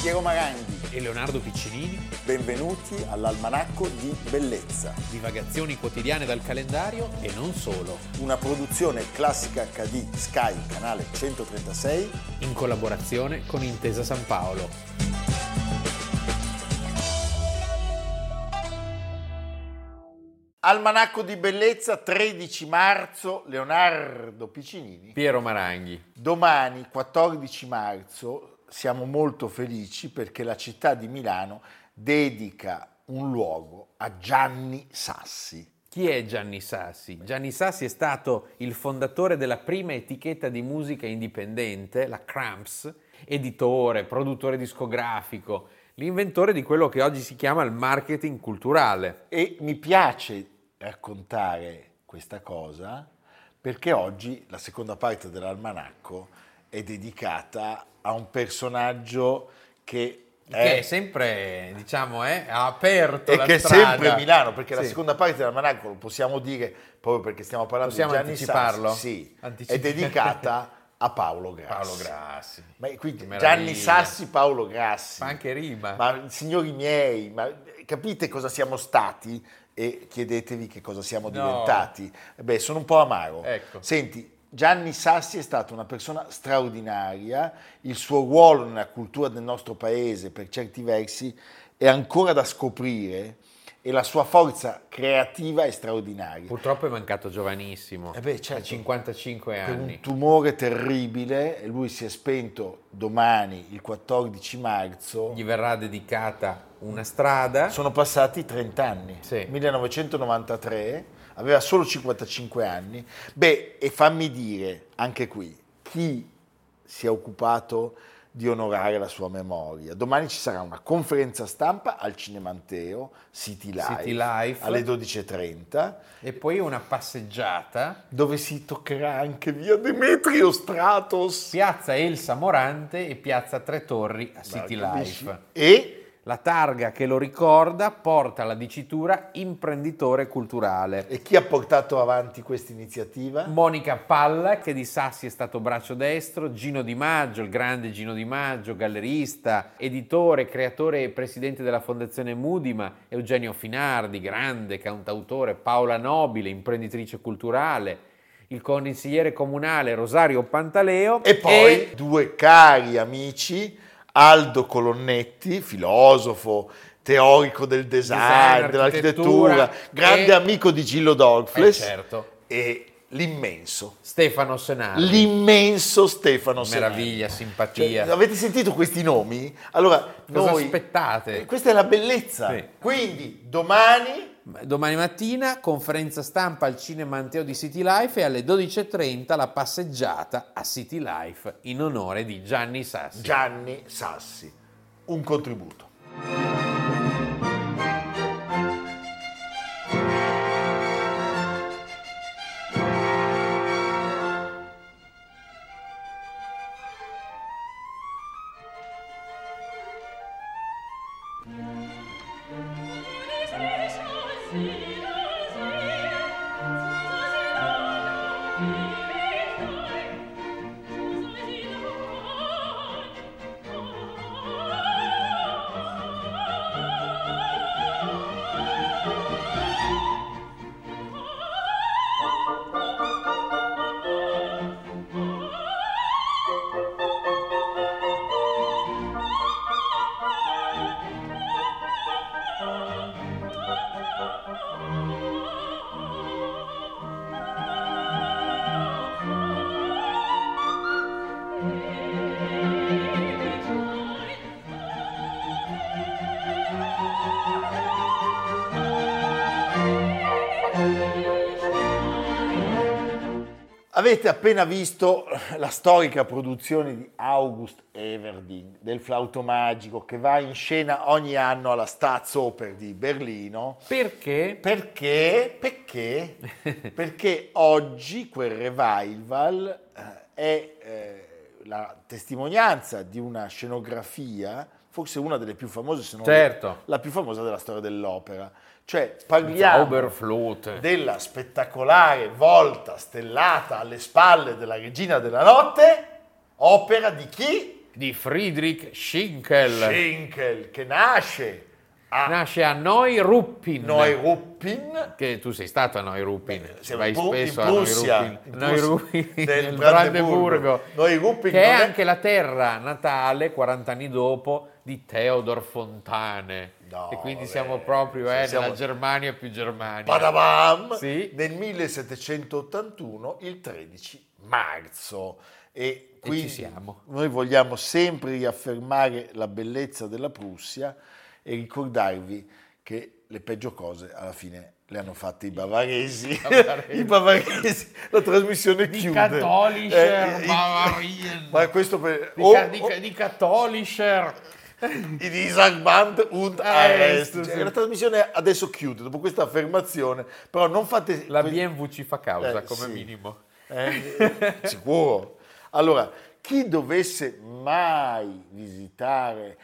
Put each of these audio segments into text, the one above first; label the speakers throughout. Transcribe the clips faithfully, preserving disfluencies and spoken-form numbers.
Speaker 1: Piero Maranghi
Speaker 2: e Leonardo Piccinini.
Speaker 1: Benvenuti all'Almanacco di Bellezza.
Speaker 2: Divagazioni quotidiane dal calendario e non solo.
Speaker 1: Una produzione Classica acca di Sky, canale centotrentasei.
Speaker 2: In collaborazione con Intesa San Paolo.
Speaker 1: Almanacco di Bellezza, tredici marzo, Leonardo Piccinini.
Speaker 2: Piero Maranghi.
Speaker 1: Domani, quattordici marzo, siamo molto felici perché la città di Milano dedica un luogo a Gianni Sassi.
Speaker 2: Chi è Gianni Sassi? Gianni Sassi è stato il fondatore della prima etichetta di musica indipendente, la Cramps, editore, produttore discografico, l'inventore di quello che oggi si chiama il marketing culturale.
Speaker 1: E mi piace raccontare questa cosa perché oggi la seconda parte dell'almanacco è dedicata a un personaggio che
Speaker 2: è, che è sempre, diciamo, è, ha aperto
Speaker 1: e
Speaker 2: la
Speaker 1: che
Speaker 2: strada.
Speaker 1: è sempre Milano, perché
Speaker 2: sì.
Speaker 1: La seconda parte dell'almanacco, lo possiamo dire proprio perché stiamo parlando
Speaker 2: possiamo
Speaker 1: di Gianni
Speaker 2: anticiparlo?
Speaker 1: Sassi, sì,
Speaker 2: Anticipa-
Speaker 1: è dedicata a Paolo Grassi.
Speaker 2: Paolo Grassi.
Speaker 1: Ma quindi
Speaker 2: Che
Speaker 1: Gianni
Speaker 2: meraviglia.
Speaker 1: Sassi, Paolo Grassi.
Speaker 2: Ma anche rima.
Speaker 1: Ma signori miei, ma capite cosa siamo stati e chiedetevi che cosa siamo
Speaker 2: No.
Speaker 1: diventati? Beh, sono un po' amaro.
Speaker 2: Ecco.
Speaker 1: Senti, Gianni Sassi è stato una persona straordinaria, il suo ruolo nella cultura del nostro paese per certi versi è ancora da scoprire e la sua forza creativa è straordinaria.
Speaker 2: Purtroppo è mancato giovanissimo,
Speaker 1: Eh beh, certo.
Speaker 2: a cinquantacinque
Speaker 1: Per
Speaker 2: anni.
Speaker 1: un tumore terribile, e lui si è spento domani, il quattordici marzo.
Speaker 2: Gli verrà dedicata una strada.
Speaker 1: Sono passati trenta anni,
Speaker 2: Sì.
Speaker 1: millenovecentonovantatré, aveva solo cinquantacinque anni. Beh, e fammi dire, anche qui, chi si è occupato di onorare la sua memoria. Domani ci sarà una conferenza stampa al Cinemanteo, City Life,
Speaker 2: City Life.
Speaker 1: alle dodici e trenta,
Speaker 2: E poi una passeggiata,
Speaker 1: dove si toccherà anche via Demetrio Stratos.
Speaker 2: piazza Elsa Morante e piazza Tre Torri a City
Speaker 1: Capisci?
Speaker 2: Life.
Speaker 1: E
Speaker 2: La targa che lo ricorda porta la dicitura imprenditore culturale.
Speaker 1: E chi ha portato avanti questa iniziativa?
Speaker 2: Monica Palla, che di Sassi è stato braccio destro, Gino Di Maggio, il grande Gino Di Maggio, gallerista, editore, creatore e presidente della Fondazione Mudima, Eugenio Finardi, grande cantautore, Paola Nobile, imprenditrice culturale, il consigliere comunale Rosario Pantaleo
Speaker 1: E poi due cari amici, Aldo Colonnetti, filosofo, teorico del design,
Speaker 2: Design,
Speaker 1: dell'architettura,
Speaker 2: architettura,
Speaker 1: grande
Speaker 2: e-
Speaker 1: amico di Gillo Dolfles,
Speaker 2: Eh, certo.
Speaker 1: e l'immenso,
Speaker 2: Stefano Senardi.
Speaker 1: l'immenso Stefano Senardi.
Speaker 2: Meraviglia, simpatia.
Speaker 1: Cioè, avete sentito questi nomi? Allora,
Speaker 2: Cosa
Speaker 1: noi,
Speaker 2: aspettate?
Speaker 1: eh, questa è la bellezza.
Speaker 2: Sì.
Speaker 1: Quindi, domani...
Speaker 2: Domani mattina conferenza stampa al Cinemanteo di City Life e alle dodici e trenta la passeggiata a City Life in onore di Gianni Sassi.
Speaker 1: Gianni Sassi, un contributo. Avete appena visto la storica produzione di August Everding del Flauto Magico che va in scena ogni anno alla Staatsoper di Berlino.
Speaker 2: Perché?
Speaker 1: Perché? Perché? Perché oggi quel revival eh, è eh, la testimonianza di una scenografia, forse una delle più famose, se non
Speaker 2: Certo.
Speaker 1: la più famosa della storia dell'opera. Cioè parliamo
Speaker 2: Zauberflute.
Speaker 1: della spettacolare volta stellata alle spalle della Regina della Notte, opera di chi?
Speaker 2: di Friedrich Schinkel.
Speaker 1: Schinkel, che nasce a
Speaker 2: Nasce a Neuruppin.
Speaker 1: Neuruppin,
Speaker 2: Che tu sei stato a Neuruppin,
Speaker 1: Beh, siamo
Speaker 2: vai
Speaker 1: in Pru-
Speaker 2: spesso
Speaker 1: in
Speaker 2: a
Speaker 1: Prussia,
Speaker 2: Neuruppin,
Speaker 1: in
Speaker 2: Neuruppin
Speaker 1: Prussia, del
Speaker 2: nel
Speaker 1: Brandeburgo.
Speaker 2: Brandeburgo,
Speaker 1: Neuruppin
Speaker 2: che è
Speaker 1: non è-
Speaker 2: anche la terra natale, quaranta anni dopo, di Theodor Fontane.
Speaker 1: No,
Speaker 2: e quindi
Speaker 1: vabbè,
Speaker 2: siamo proprio eh,
Speaker 1: siamo-
Speaker 2: nella Germania più Germania.
Speaker 1: Padabam,
Speaker 2: Sì.
Speaker 1: nel millesettecentottantuno, il tredici marzo. E quindi
Speaker 2: ci siamo.
Speaker 1: noi vogliamo sempre riaffermare la bellezza della Prussia e ricordarvi che le peggio cose alla fine le hanno fatte i bavaresi.
Speaker 2: Bavaresi.
Speaker 1: I bavaresi, la trasmissione
Speaker 2: Di
Speaker 1: chiude.
Speaker 2: Katholischer
Speaker 1: Eh, i-
Speaker 2: Bavarien.
Speaker 1: Ma questo per...
Speaker 2: Di,
Speaker 1: o-
Speaker 2: ca- di,
Speaker 1: o-
Speaker 2: ca- di Katholischer.
Speaker 1: in Isarband und
Speaker 2: Arrest,
Speaker 1: Arrest.
Speaker 2: sì.
Speaker 1: La trasmissione adesso chiude dopo questa affermazione, però non fate...
Speaker 2: La
Speaker 1: que-
Speaker 2: B M W ci fa causa,
Speaker 1: Eh,
Speaker 2: come
Speaker 1: sì.
Speaker 2: minimo.
Speaker 1: Eh, sicuro. Allora, chi dovesse mai visitare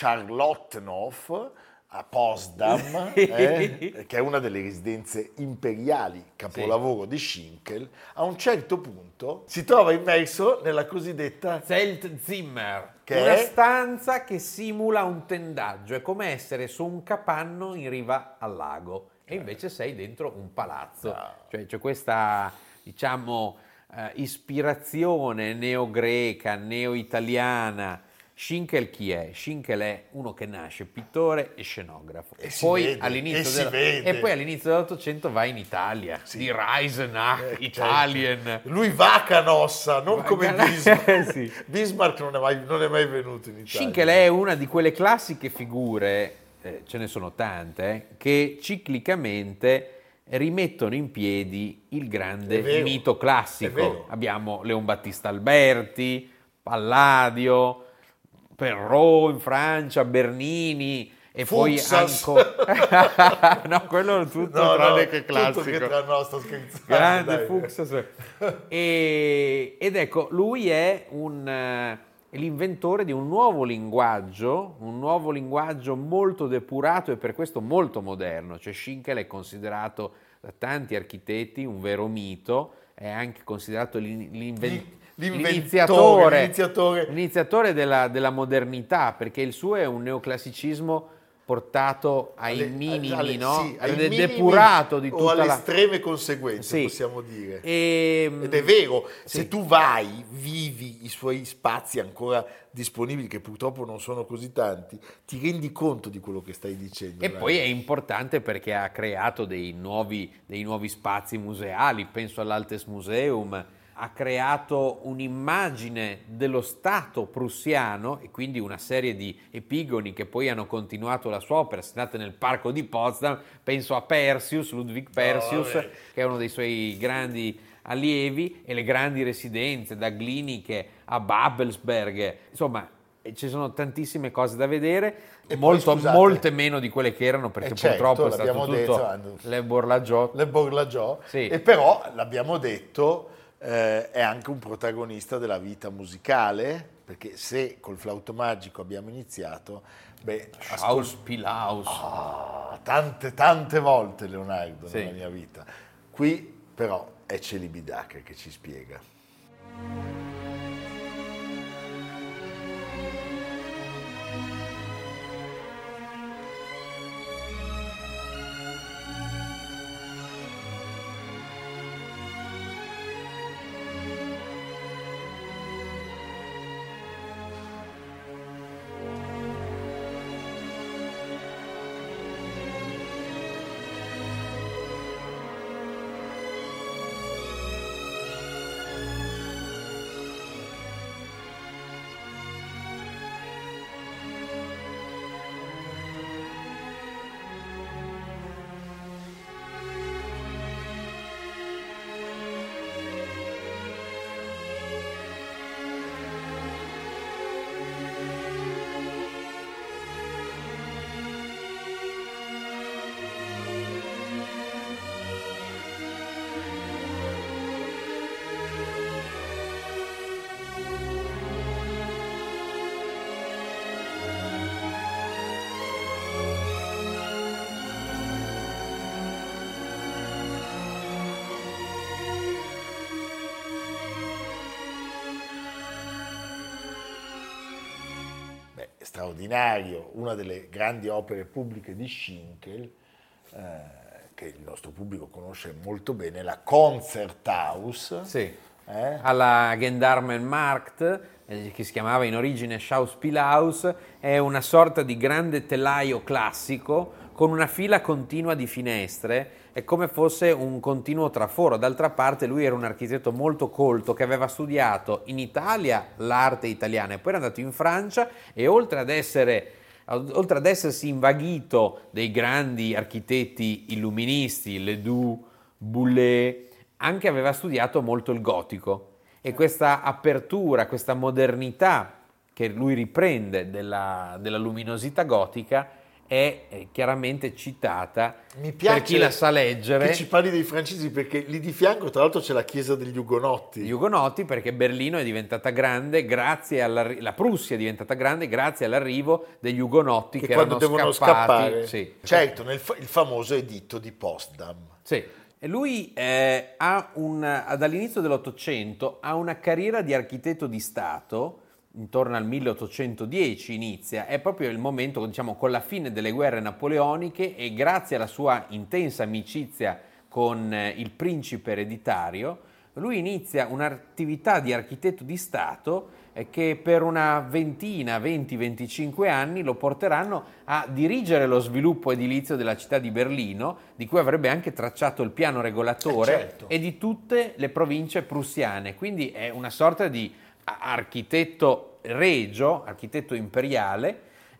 Speaker 1: Charlottenhof a Potsdam, eh, che è una delle residenze imperiali, capolavoro di Schinkel, a un certo punto si trova immerso nella cosiddetta...
Speaker 2: Zeltzimmer,
Speaker 1: Che
Speaker 2: una
Speaker 1: è?
Speaker 2: stanza che simula un tendaggio, è come essere su un capanno in riva al lago e invece sei dentro un palazzo,
Speaker 1: No.
Speaker 2: cioè c'è questa, diciamo, eh, ispirazione neogreca, neoitaliana. Schinkel chi è? Schinkel è uno che nasce pittore e scenografo
Speaker 1: E
Speaker 2: e,
Speaker 1: si
Speaker 2: poi,
Speaker 1: vede,
Speaker 2: all'inizio
Speaker 1: e si
Speaker 2: del-
Speaker 1: vede.
Speaker 2: e poi all'inizio dell'Ottocento va in Italia, di Reisenach,
Speaker 1: Eh, certo.
Speaker 2: Italien.
Speaker 1: Lui va a Canossa, non
Speaker 2: Va a
Speaker 1: come
Speaker 2: Canossa,
Speaker 1: Bismarck.
Speaker 2: sì.
Speaker 1: Bismarck non è, mai, non è mai venuto in Italia.
Speaker 2: Schinkel è una di quelle classiche figure, eh, ce ne sono tante, eh, che ciclicamente rimettono in piedi il grande
Speaker 1: È vero,
Speaker 2: mito
Speaker 1: è
Speaker 2: classico.
Speaker 1: vero.
Speaker 2: Abbiamo Leon Battista Alberti, Palladio, Perrault in Francia, Bernini e
Speaker 1: Fuxas.
Speaker 2: poi ancora... no, quello tutto
Speaker 1: No,
Speaker 2: tranne
Speaker 1: no,
Speaker 2: che
Speaker 1: tutto
Speaker 2: classico.
Speaker 1: che tra no, sto scherzando.
Speaker 2: Grande
Speaker 1: dai.
Speaker 2: Fuchs. E- ed ecco, lui è un, eh, l'inventore di un nuovo linguaggio, un nuovo linguaggio molto depurato e per questo molto moderno. Cioè Schinkel è considerato da tanti architetti un vero mito, è anche considerato l'in- l'inven-
Speaker 1: L'inventore,
Speaker 2: l'iniziatore,
Speaker 1: l'iniziatore.
Speaker 2: l'iniziatore della, della modernità, perché il suo è un neoclassicismo portato ai
Speaker 1: Alle-
Speaker 2: minimi,
Speaker 1: alle-
Speaker 2: no?
Speaker 1: sì, ai
Speaker 2: De-
Speaker 1: minimi
Speaker 2: depurato di
Speaker 1: o
Speaker 2: tutta
Speaker 1: alle
Speaker 2: la...
Speaker 1: estreme conseguenze,
Speaker 2: Sì.
Speaker 1: possiamo dire.
Speaker 2: E,
Speaker 1: Ed è vero,
Speaker 2: sì.
Speaker 1: se tu vai, vivi i suoi spazi ancora disponibili, che purtroppo non sono così tanti, ti rendi conto di quello che stai dicendo.
Speaker 2: E
Speaker 1: dai.
Speaker 2: poi è importante perché ha creato dei nuovi, dei nuovi spazi museali, penso all'Altes Museum, ha creato un'immagine dello Stato prussiano e quindi una serie di epigoni che poi hanno continuato la sua opera. Se andate nel parco di Potsdam, penso a Persius, Ludwig Persius,
Speaker 1: vabbè.
Speaker 2: che è uno dei suoi grandi allievi, e le grandi residenze, da Glienicke a Babelsberg, insomma ci sono tantissime cose da vedere,
Speaker 1: E poi,
Speaker 2: molto,
Speaker 1: scusate,
Speaker 2: molte meno di quelle che erano, perché
Speaker 1: eh, certo,
Speaker 2: purtroppo è stato
Speaker 1: l'abbiamo
Speaker 2: tutto
Speaker 1: detto, hanno-
Speaker 2: le Borlagiot.
Speaker 1: Le Borlagiò,
Speaker 2: Sì.
Speaker 1: e però l'abbiamo detto, eh, è anche un protagonista della vita musicale, perché se col flauto magico abbiamo iniziato, beh, ascol-
Speaker 2: Schauspielhaus.
Speaker 1: Ah, tante tante volte Leonardo
Speaker 2: Sì.
Speaker 1: nella mia vita. Qui però è Celibidache che ci spiega. straordinario, una delle grandi opere pubbliche di Schinkel, eh, che il nostro pubblico conosce molto bene, la Konzerthaus.
Speaker 2: Sì.
Speaker 1: Eh?
Speaker 2: Alla Gendarmenmarkt, eh, che si chiamava in origine Schauspielhaus, è una sorta di grande telaio classico con una fila continua di finestre, è come fosse un continuo traforo. D'altra parte lui era un architetto molto colto che aveva studiato in Italia l'arte italiana e poi era andato in Francia e oltre ad essere oltre ad essersi invaghito dei grandi architetti illuministi, Ledoux, Boulez, anche aveva studiato molto il gotico e questa apertura, questa modernità che lui riprende della, della luminosità gotica è chiaramente citata.
Speaker 1: Mi piace
Speaker 2: per chi la sa leggere.
Speaker 1: Che ci parli dei francesi, perché lì di fianco tra l'altro c'è la chiesa degli Ugonotti.
Speaker 2: Gli Ugonotti, perché Berlino è diventata grande grazie alla la Prussia è diventata grande grazie all'arrivo degli Ugonotti che,
Speaker 1: che
Speaker 2: erano
Speaker 1: quando devono
Speaker 2: scappati.
Speaker 1: scappare.
Speaker 2: Sì.
Speaker 1: Certo, nel fa- il famoso editto di Potsdam.
Speaker 2: Sì. E lui eh, ha un, dall'inizio dell'Ottocento ha una carriera di architetto di Stato. Intorno al milleottocentodieci inizia, è proprio il momento, diciamo, con la fine delle guerre napoleoniche e grazie alla sua intensa amicizia con il principe ereditario, lui inizia un'attività di architetto di Stato eh, che per una ventina, venti venticinque anni lo porteranno a dirigere lo sviluppo edilizio della città di Berlino, di cui avrebbe anche tracciato il piano regolatore,
Speaker 1: eh certo.
Speaker 2: e di tutte le province prussiane, quindi è una sorta di architetto regio, architetto imperiale.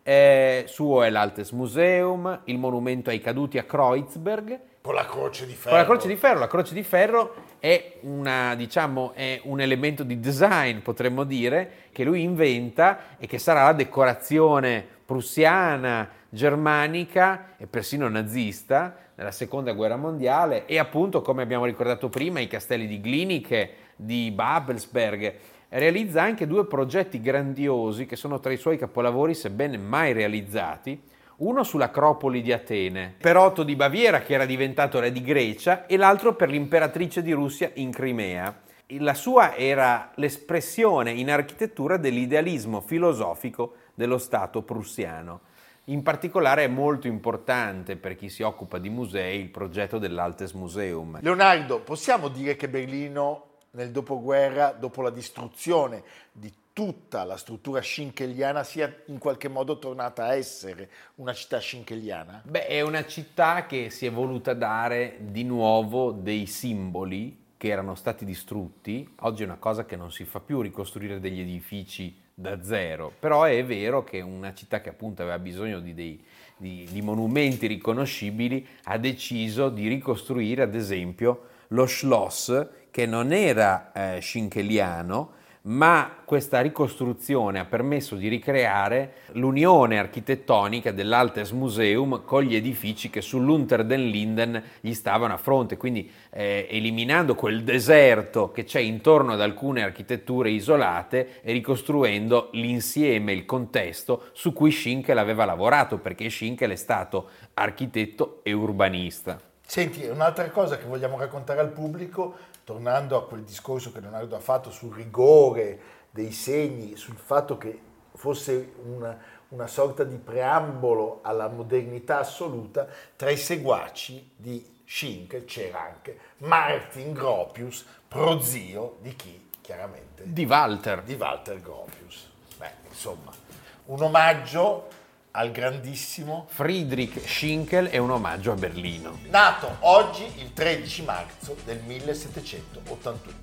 Speaker 2: Eh, suo è l'Altes Museum, il monumento ai caduti a Kreuzberg
Speaker 1: con la croce di ferro.
Speaker 2: Con la croce di ferro, la croce di ferro è una, diciamo, è un elemento di design, potremmo dire, che lui inventa e che sarà la decorazione prussiana, germanica e persino nazista nella seconda guerra mondiale, e appunto, come abbiamo ricordato prima, i castelli di Glienicke, di Babelsberg. Realizza anche due progetti grandiosi che sono tra i suoi capolavori, sebbene mai realizzati. Uno sull'Acropoli di Atene, per Otto di Baviera, che era diventato re di Grecia, e l'altro per l'imperatrice di Russia in Crimea. La sua era l'espressione in architettura dell'idealismo filosofico dello Stato prussiano. In particolare è molto importante per chi si occupa di musei il progetto dell'Altes Museum.
Speaker 1: Leonardo, possiamo dire che Berlino nel dopoguerra, dopo la distruzione di tutta la struttura schinkeliana, sia in qualche modo tornata a essere una città schinkeliana?
Speaker 2: Beh, è una città che si è voluta dare di nuovo dei simboli che erano stati distrutti. Oggi è una cosa che non si fa più, ricostruire degli edifici da zero, però è vero che una città che appunto aveva bisogno di, dei, di, di monumenti riconoscibili ha deciso di ricostruire, ad esempio, lo Schloss, che non era eh, schinkeliano, ma questa ricostruzione ha permesso di ricreare l'unione architettonica dell'Altes Museum con gli edifici che sull'Unter den Linden gli stavano a fronte, quindi eh, eliminando quel deserto che c'è intorno ad alcune architetture isolate e ricostruendo l'insieme, il contesto su cui Schinkel aveva lavorato, perché Schinkel è stato architetto e urbanista.
Speaker 1: Senti, un'altra cosa che vogliamo raccontare al pubblico, tornando a quel discorso che Leonardo ha fatto sul rigore dei segni, sul fatto che fosse una, una sorta di preambolo alla modernità assoluta, tra i seguaci di Schinkel c'era anche Martin Gropius, prozio di chi? Chiaramente
Speaker 2: Di Walter.
Speaker 1: Di Walter Gropius. Beh, insomma, un omaggio al grandissimo
Speaker 2: Friedrich Schinkel è un omaggio a Berlino.
Speaker 1: Nato oggi il tredici marzo del millesettecentottantuno.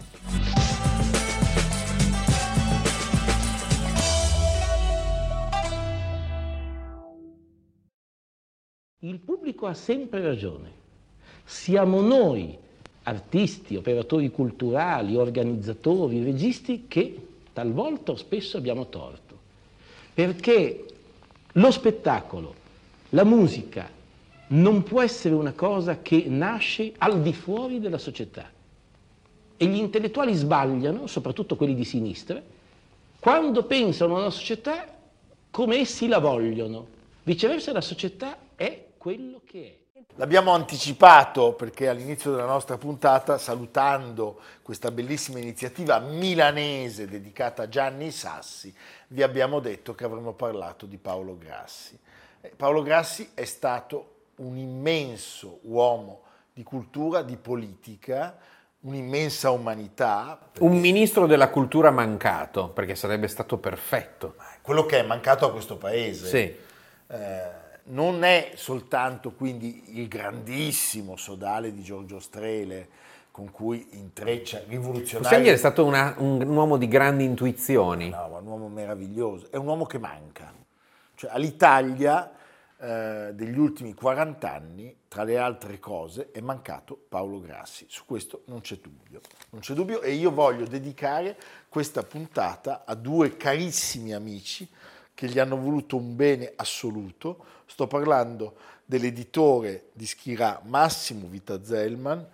Speaker 3: Il pubblico ha sempre ragione. Siamo noi, artisti, operatori culturali, organizzatori, registi, che talvolta o spesso abbiamo torto. Perché lo spettacolo, la musica, non può essere una cosa che nasce al di fuori della società. E gli intellettuali sbagliano, soprattutto quelli di sinistra, quando pensano a una società come essi la vogliono. Viceversa, la società è quello che è.
Speaker 1: L'abbiamo anticipato perché all'inizio della nostra puntata, salutando questa bellissima iniziativa milanese dedicata a Gianni Sassi, vi abbiamo detto che avremmo parlato di Paolo Grassi. Paolo Grassi è stato un immenso uomo di cultura, di politica, un'immensa umanità.
Speaker 2: Un ministro della cultura mancato, perché sarebbe stato perfetto.
Speaker 1: Quello che è mancato a questo paese.
Speaker 2: Sì.
Speaker 1: Eh, non è soltanto quindi il grandissimo sodale di Giorgio Strehler, con cui intreccia rivoluzionario.
Speaker 2: Possiamo dire è stato una, un, un uomo di grandi intuizioni.
Speaker 1: No, un uomo meraviglioso, è un uomo che manca. Cioè all'Italia eh, degli ultimi quaranta anni, tra le altre cose, è mancato Paolo Grassi. Su questo non c'è dubbio. Non c'è dubbio e io voglio dedicare questa puntata a due carissimi amici che gli hanno voluto un bene assoluto. Sto parlando dell'editore di Schirà Massimo Vita Zellman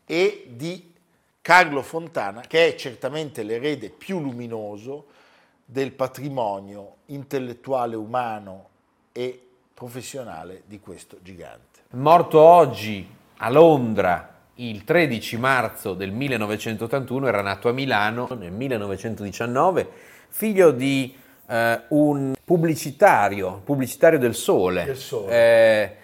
Speaker 1: e di Carlo Fontana, che è certamente l'erede più luminoso del patrimonio intellettuale, umano e professionale di questo gigante.
Speaker 2: Morto oggi a Londra il tredici marzo del millenovecentottantuno, era nato a Milano nel millenovecentodiciannove, figlio di eh, un pubblicitario, pubblicitario del Sole,
Speaker 1: Del Sole.
Speaker 2: Eh,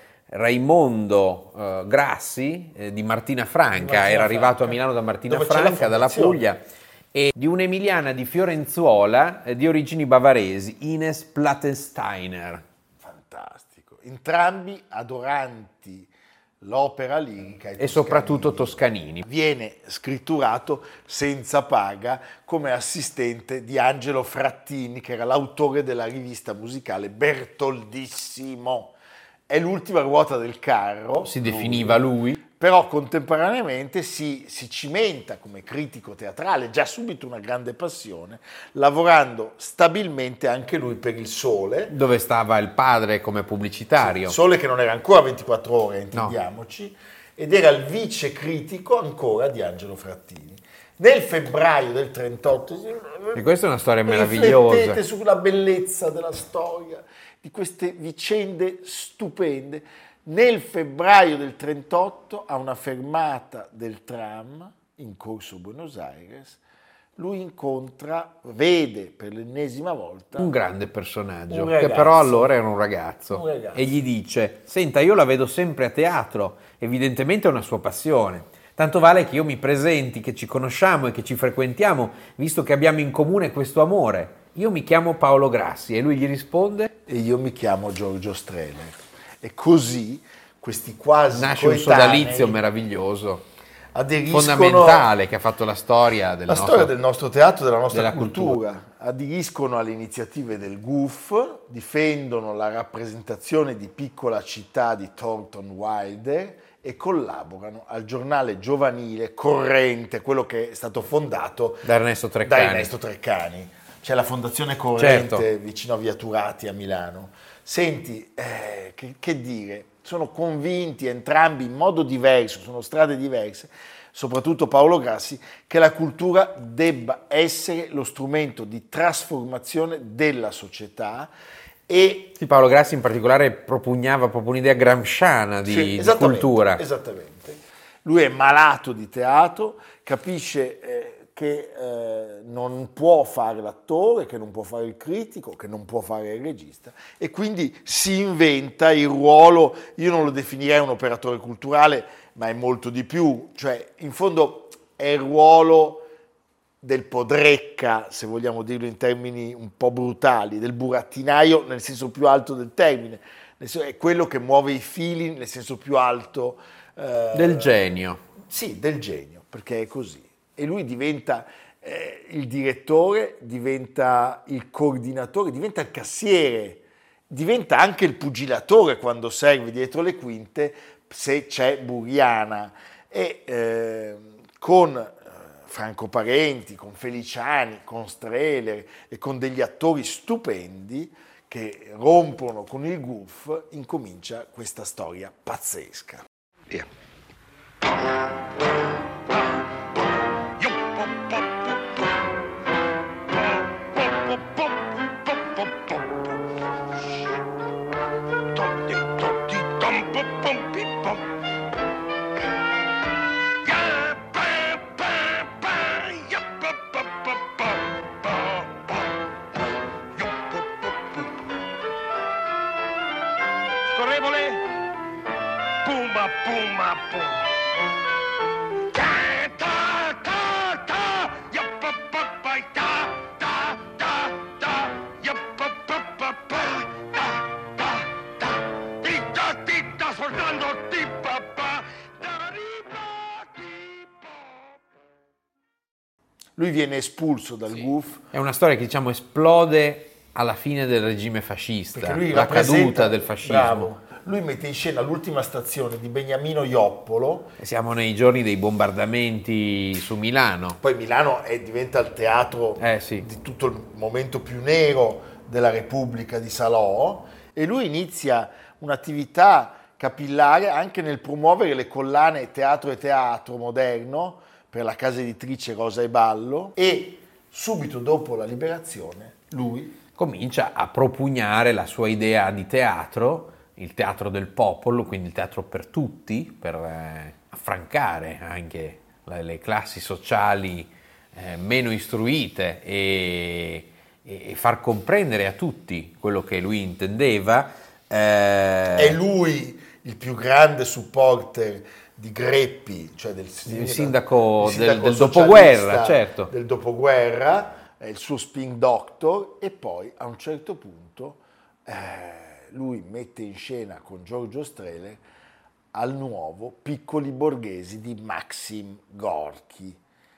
Speaker 2: Raimondo eh, Grassi eh, di Martina Franca,
Speaker 1: Martina
Speaker 2: era arrivato
Speaker 1: Franca,
Speaker 2: a Milano da Martina
Speaker 1: dove c'è la
Speaker 2: Franca, dalla
Speaker 1: fondazione.
Speaker 2: Puglia, e di un'emiliana di Fiorenzuola eh, di origini bavaresi, Ines Plattensteiner.
Speaker 1: Fantastico. Entrambi adoranti l'opera lirica
Speaker 2: E soprattutto toscanini.
Speaker 1: Viene scritturato senza paga come assistente di Angelo Frattini, che era l'autore della rivista musicale Bertoldissimo. È l'ultima ruota del carro.
Speaker 2: Si definiva lui.
Speaker 1: Però contemporaneamente si, si cimenta come critico teatrale, già subito una grande passione, lavorando stabilmente anche lui per il Sole.
Speaker 2: Dove stava il padre come pubblicitario.
Speaker 1: Sì, Sole che non era ancora ventiquattro ore, intendiamoci, no. Ed era il vice critico ancora di Angelo Frattini. Nel febbraio del trentotto,
Speaker 2: e questa è una storia meravigliosa.
Speaker 1: Riflettete sulla bellezza della storia, di queste vicende stupende. Nel febbraio del trentotto, a una fermata del tram in Corso Buenos Aires, lui incontra, vede per l'ennesima volta
Speaker 2: un grande personaggio,
Speaker 1: un ragazzo,
Speaker 2: che però allora era un ragazzo,
Speaker 1: un ragazzo,
Speaker 2: e gli dice: senta, io la vedo sempre a teatro, evidentemente è una sua passione, tanto vale che io mi presenti, che ci conosciamo e che ci frequentiamo, visto che abbiamo in comune questo amore. Io mi chiamo Paolo Grassi. E lui gli risponde:
Speaker 1: e io mi chiamo Giorgio Strehler. E così questi quasi
Speaker 2: nasce un sodalizio meraviglioso, fondamentale, che ha fatto la storia del,
Speaker 1: la
Speaker 2: nostro,
Speaker 1: storia del nostro teatro, della nostra
Speaker 2: della
Speaker 1: cultura.
Speaker 2: cultura.
Speaker 1: Aderiscono alle iniziative del G U F, difendono la rappresentazione di Piccola città di Thornton Wilder e collaborano al giornale giovanile Corrente, quello che è stato fondato
Speaker 2: da Ernesto Treccani.
Speaker 1: Da Ernesto Treccani. C'è la Fondazione Corrente,
Speaker 2: certo,
Speaker 1: vicino a Via Turati a Milano. Senti, eh, che, che dire, sono convinti entrambi in modo diverso, sono strade diverse, soprattutto Paolo Grassi, che la cultura debba essere lo strumento di trasformazione della società. E
Speaker 2: sì, Paolo Grassi in particolare propugnava proprio un'idea gramsciana di,
Speaker 1: sì,
Speaker 2: di cultura.
Speaker 1: Esattamente. Lui è malato di teatro, capisce eh, che eh, non può fare l'attore, che non può fare il critico, che non può fare il regista, e quindi si inventa il ruolo. Io non lo definirei un operatore culturale, ma è molto di più, cioè in fondo è il ruolo del podrecca, se vogliamo dirlo in termini un po' brutali, del burattinaio nel senso più alto del termine, è quello che muove i fili nel senso più alto. Eh,
Speaker 2: del genio.
Speaker 1: Sì, del genio, perché è così. E lui diventa eh, il direttore, diventa il coordinatore, diventa il cassiere, diventa anche il pugilatore quando serve dietro le quinte se c'è Buriana. E eh, con eh, Franco Parenti, con Feliciani, con Strehler e con degli attori stupendi che rompono con il G U F, incomincia questa storia pazzesca.
Speaker 4: Via. Pom,
Speaker 1: lui viene espulso dal
Speaker 2: Sì.
Speaker 1: G U F.
Speaker 2: È una storia che diciamo esplode alla fine del regime fascista,
Speaker 1: Perché lui
Speaker 2: la
Speaker 1: rappresenta-
Speaker 2: caduta del fascismo.
Speaker 1: Bravo. Lui mette in scena l'ultima stazione di Beniamino Ioppolo.
Speaker 2: Siamo nei giorni dei bombardamenti su Milano.
Speaker 1: Poi Milano è, diventa il teatro
Speaker 2: Eh, sì.
Speaker 1: di tutto il momento più nero della Repubblica di Salò, e lui inizia un'attività capillare anche nel promuovere le collane Teatro e Teatro Moderno per la casa editrice Rosa e Ballo, e subito dopo la liberazione lui
Speaker 2: Comincia a propugnare la sua idea di teatro, il teatro del popolo, quindi il teatro per tutti, per eh, affrancare anche le, le classi sociali eh, meno istruite e, e far comprendere a tutti quello che lui intendeva. Eh,
Speaker 1: è lui il più grande supporter di Greppi, cioè del
Speaker 2: Il sindaco
Speaker 1: il
Speaker 2: del- del
Speaker 1: socialista
Speaker 2: dopoguerra, certo.
Speaker 1: del dopoguerra, è il suo spin doctor, e poi a un certo punto eh, lui mette in scena con Giorgio Strehler al nuovo Piccoli Borghesi di Maxim Gorky.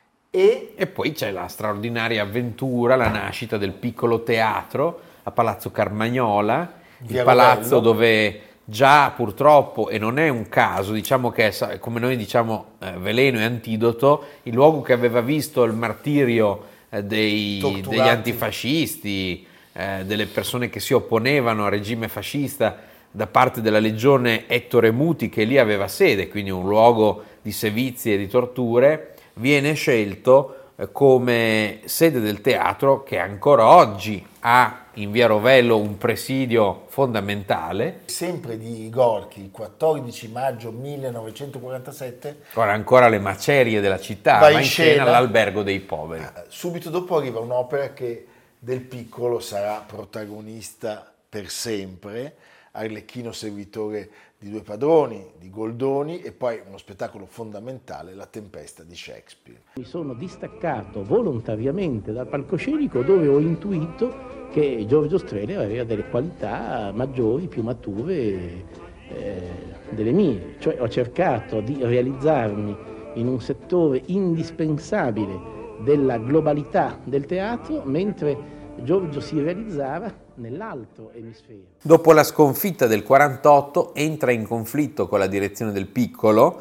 Speaker 1: E
Speaker 2: E poi c'è la straordinaria avventura, la nascita del piccolo teatro a Palazzo Carmagnola, il
Speaker 1: Via
Speaker 2: palazzo
Speaker 1: Rovello.
Speaker 2: dove già purtroppo, e non è un caso, diciamo che è, sa- come noi diciamo eh, veleno e antidoto, il luogo che aveva visto il martirio eh, dei-
Speaker 1: Torturati.
Speaker 2: degli antifascisti, eh, delle persone che si opponevano al regime fascista da parte della legione Ettore Muti, che lì aveva sede, quindi un luogo di sevizie e di torture, viene scelto eh, come sede del teatro che ancora oggi ha in via Rovello un presidio fondamentale.
Speaker 1: sempre di Gorky, il quattordici maggio millenovecentoquarantasette,
Speaker 2: Ora ancora le macerie della città,
Speaker 1: Va
Speaker 2: va
Speaker 1: in
Speaker 2: in scena
Speaker 1: scena.
Speaker 2: l'Albergo dei Poveri.
Speaker 1: eh, subito dopo arriva un'opera che Del Piccolo sarà protagonista per sempre, Arlecchino servitore di due padroni, di Goldoni, e poi uno spettacolo fondamentale, La Tempesta di Shakespeare.
Speaker 3: Mi sono distaccato volontariamente dal palcoscenico, dove ho intuito che Giorgio Strehler aveva delle qualità maggiori, più mature eh, delle mie. Cioè ho cercato di realizzarmi in un settore indispensabile della globalità del teatro, mentre Giorgio si realizzava nell'altro emisfero.
Speaker 2: Dopo la sconfitta del quarantotto entra in conflitto con la direzione del Piccolo,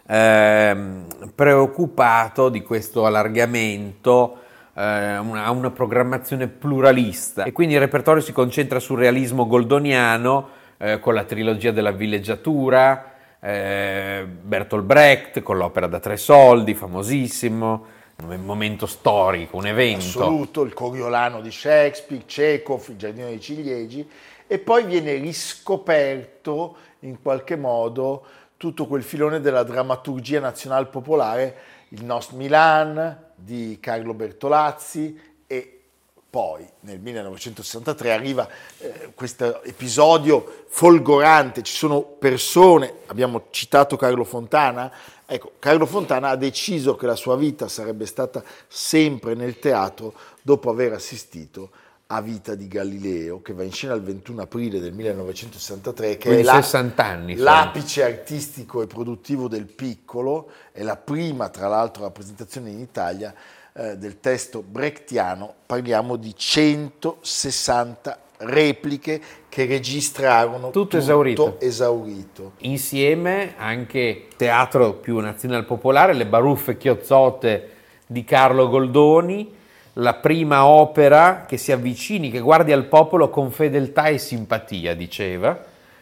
Speaker 2: ehm, preoccupato di questo allargamento eh, una, a una programmazione pluralista, e quindi il repertorio si concentra sul realismo goldoniano eh, con la trilogia della villeggiatura, eh, Bertolt Brecht con l'opera da tre soldi, famosissimo, un momento storico, un evento.
Speaker 1: Assoluto, il Coriolano di Shakespeare, Chekhov, il Giardino dei Ciliegi, e poi viene riscoperto in qualche modo tutto quel filone della drammaturgia nazionale popolare, il Nost Milan di Carlo Bertolazzi, e poi nel millenovecentosessantatré arriva eh, questo episodio folgorante. Ci sono persone, abbiamo citato Carlo Fontana, ecco, Carlo Fontana ha deciso che la sua vita sarebbe stata sempre nel teatro dopo aver assistito a Vita di Galileo, che va in scena il ventuno aprile del millenovecentosessantatré, che
Speaker 2: Quindi
Speaker 1: è la-
Speaker 2: sessanta anni sono.
Speaker 1: l'apice artistico e produttivo del Piccolo, è la prima, tra l'altro, rappresentazione in Italia eh, del testo brechtiano. Parliamo di centosessanta repliche che registrarono
Speaker 2: Tutto esaurito.
Speaker 1: esaurito.
Speaker 2: Insieme anche teatro più nazionale popolare, le baruffe chiozzote di Carlo Goldoni, la prima opera che si avvicini, che guardi al popolo con fedeltà e simpatia, diceva.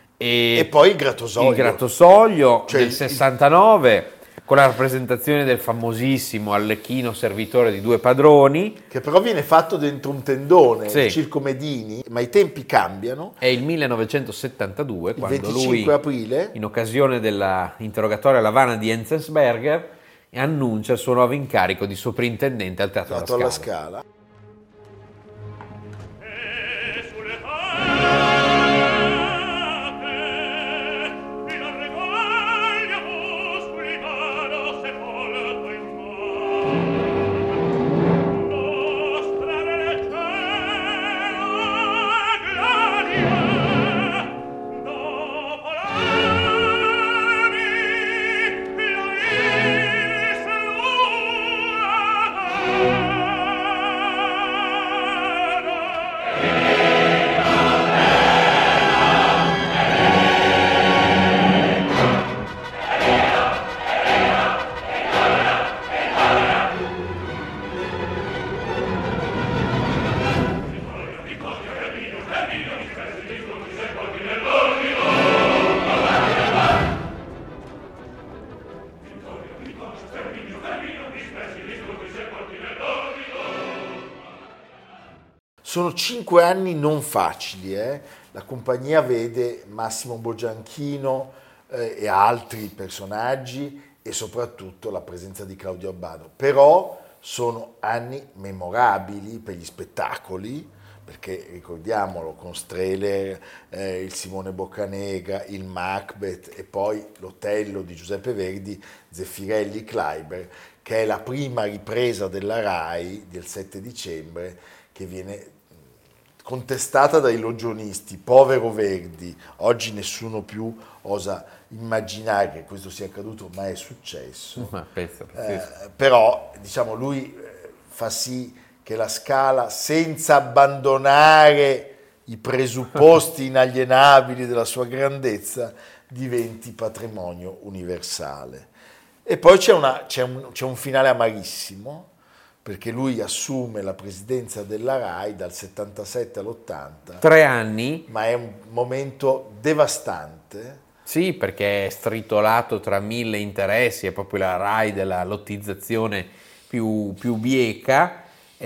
Speaker 2: E,
Speaker 1: E poi il Grattosoglio.
Speaker 2: il Grattosoglio
Speaker 1: Cioè
Speaker 2: del
Speaker 1: il-
Speaker 2: sessantanove, con la rappresentazione del famosissimo Arlecchino servitore di due padroni.
Speaker 1: Che però viene fatto dentro un tendone,
Speaker 2: Sì.
Speaker 1: il Circo Medini, ma i tempi cambiano.
Speaker 2: È il millenovecentosettantadue,
Speaker 1: Il
Speaker 2: quando
Speaker 1: venticinque
Speaker 2: lui,
Speaker 1: aprile,
Speaker 2: in occasione dell'interrogatorio alla Havana di Enzensberger, annuncia il suo nuovo incarico di soprintendente al Teatro
Speaker 1: dato
Speaker 2: alla
Speaker 1: alla
Speaker 2: Scala.
Speaker 1: Scala.
Speaker 4: Gloria,
Speaker 1: sono cinque anni non facili, eh? La compagnia vede Massimo Boggianchino eh, e altri personaggi e soprattutto la presenza di Claudio Abbado, però sono anni memorabili per gli spettacoli, perché ricordiamolo, con Strehler, eh, il Simone Boccanegra, il Macbeth e poi l'Otello di Giuseppe Verdi, Zeffirelli, Kleiber, che è la prima ripresa della Rai del sette dicembre, che viene contestata dai logionisti. Povero Verdi, oggi nessuno più osa immaginare che questo sia accaduto, ma è successo.
Speaker 2: Ma penso,
Speaker 1: eh, però diciamo lui eh, fa sì che la Scala, senza abbandonare i presupposti inalienabili della sua grandezza, diventi patrimonio universale. E poi c'è, una, c'è, un, c'è un finale amarissimo, perché lui assume la presidenza della Rai dal settantasette all'ottanta.
Speaker 2: Tre anni.
Speaker 1: Ma è un momento devastante.
Speaker 2: Sì, perché è stritolato tra mille interessi, è proprio la Rai della lottizzazione più, più bieca,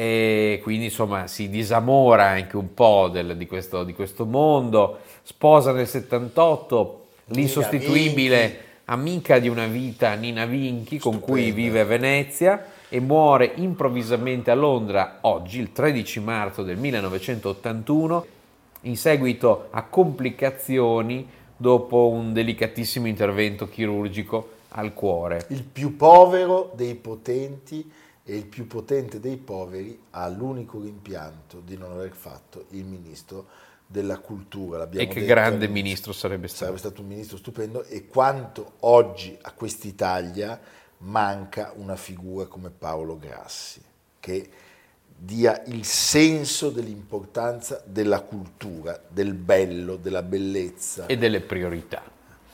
Speaker 2: e quindi insomma si disamora anche un po' del, di, questo, di questo mondo. Sposa nel settantotto l'insostituibile
Speaker 1: Vinchi.
Speaker 2: amica di una vita Nina Vinchi, con
Speaker 1: Stupenda.
Speaker 2: cui vive a Venezia, e muore improvvisamente a Londra oggi, il tredici marzo del millenovecentottantuno, in seguito a complicazioni dopo un delicatissimo intervento chirurgico al cuore.
Speaker 1: Il più povero dei potenti e il più potente dei poveri ha l'unico rimpianto di non aver fatto il ministro della cultura. L'abbiamo
Speaker 2: E che
Speaker 1: detto,
Speaker 2: grande
Speaker 1: all'inizio.
Speaker 2: ministro sarebbe stato.
Speaker 1: Sarebbe stato un ministro stupendo, e quanto oggi a quest'Italia manca una figura come Paolo Grassi, che dia il senso dell'importanza della cultura, del bello, della bellezza.
Speaker 2: E delle priorità.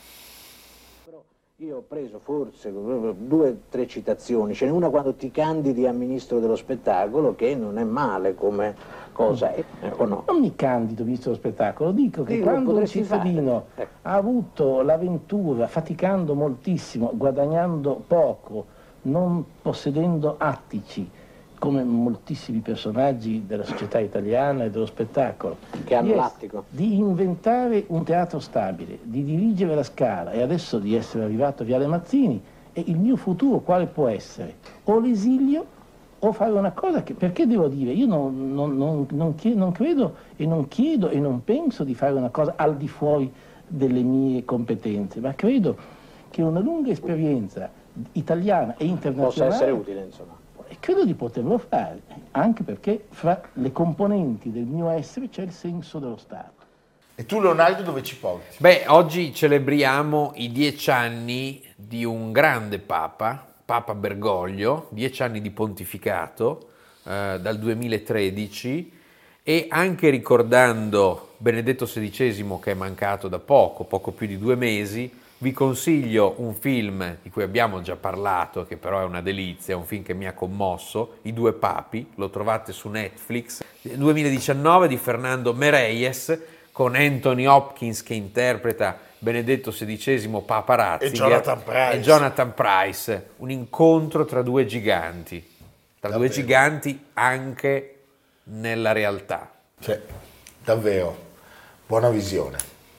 Speaker 4: Io ho preso forse due o tre citazioni, ce n'è una quando ti candidi a ministro dello spettacolo, che non è male come cosa, eh, o no?
Speaker 3: Non mi candido ministro dello spettacolo, dico che
Speaker 4: Sì,
Speaker 3: quando un
Speaker 4: potresti
Speaker 3: cittadino
Speaker 4: fare.
Speaker 3: ha avuto l'avventura, faticando moltissimo, guadagnando poco, non possedendo attici, come moltissimi personaggi della società italiana e dello spettacolo,
Speaker 4: Che hanno
Speaker 3: di es-
Speaker 4: l'attico.
Speaker 3: di inventare un teatro stabile, di dirigere la Scala e adesso di essere arrivato a Viale Mazzini, e il mio futuro quale può essere? O l'esilio o fare una cosa che, perché devo dire, io non, non, non, non, chiedo, non credo e non chiedo e non penso di fare una cosa al di fuori delle mie competenze, ma credo che una lunga esperienza italiana e internazionale
Speaker 4: Possa essere utile, insomma.
Speaker 3: e credo di poterlo fare, anche perché fra le componenti del mio essere c'è il senso dello Stato.
Speaker 1: E tu, Leonardo, dove ci porti?
Speaker 2: Beh, oggi celebriamo i dieci anni di un grande Papa, Papa Bergoglio, dieci anni di pontificato eh, dal duemilatredici, e anche ricordando Benedetto sedicesimo, che è mancato da poco, poco più di due mesi, vi consiglio un film di cui abbiamo già parlato, che però è una delizia, un film che mi ha commosso, I due papi, lo trovate su Netflix, duemiladiciannove, di Fernando Meirelles, con Anthony Hopkins che interpreta Benedetto sedicesimo, Papa Ratzinger,
Speaker 1: E Jonathan Pryce.
Speaker 2: e Jonathan Pryce, un incontro tra due giganti, tra
Speaker 1: Davvero.
Speaker 2: due giganti anche nella realtà.
Speaker 1: Cioè, davvero, buona visione.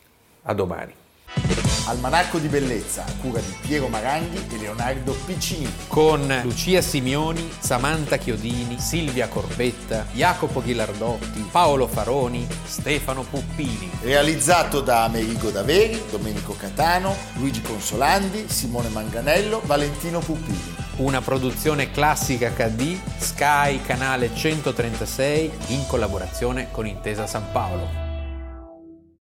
Speaker 2: A domani.
Speaker 1: Almanacco di bellezza, a cura di Piero Maranghi e Leonardo Piccini.
Speaker 2: Con Lucia Simioni, Samantha Chiodini, Silvia Corbetta, Jacopo Ghilardotti, Paolo Faroni, Stefano Puppini.
Speaker 1: Realizzato da Amerigo Daveri, Domenico Catano, Luigi Consolandi, Simone Manganello, Valentino Puppini.
Speaker 2: Una produzione Classica acca di, Sky canale centotrentasei, in collaborazione con Intesa San Paolo.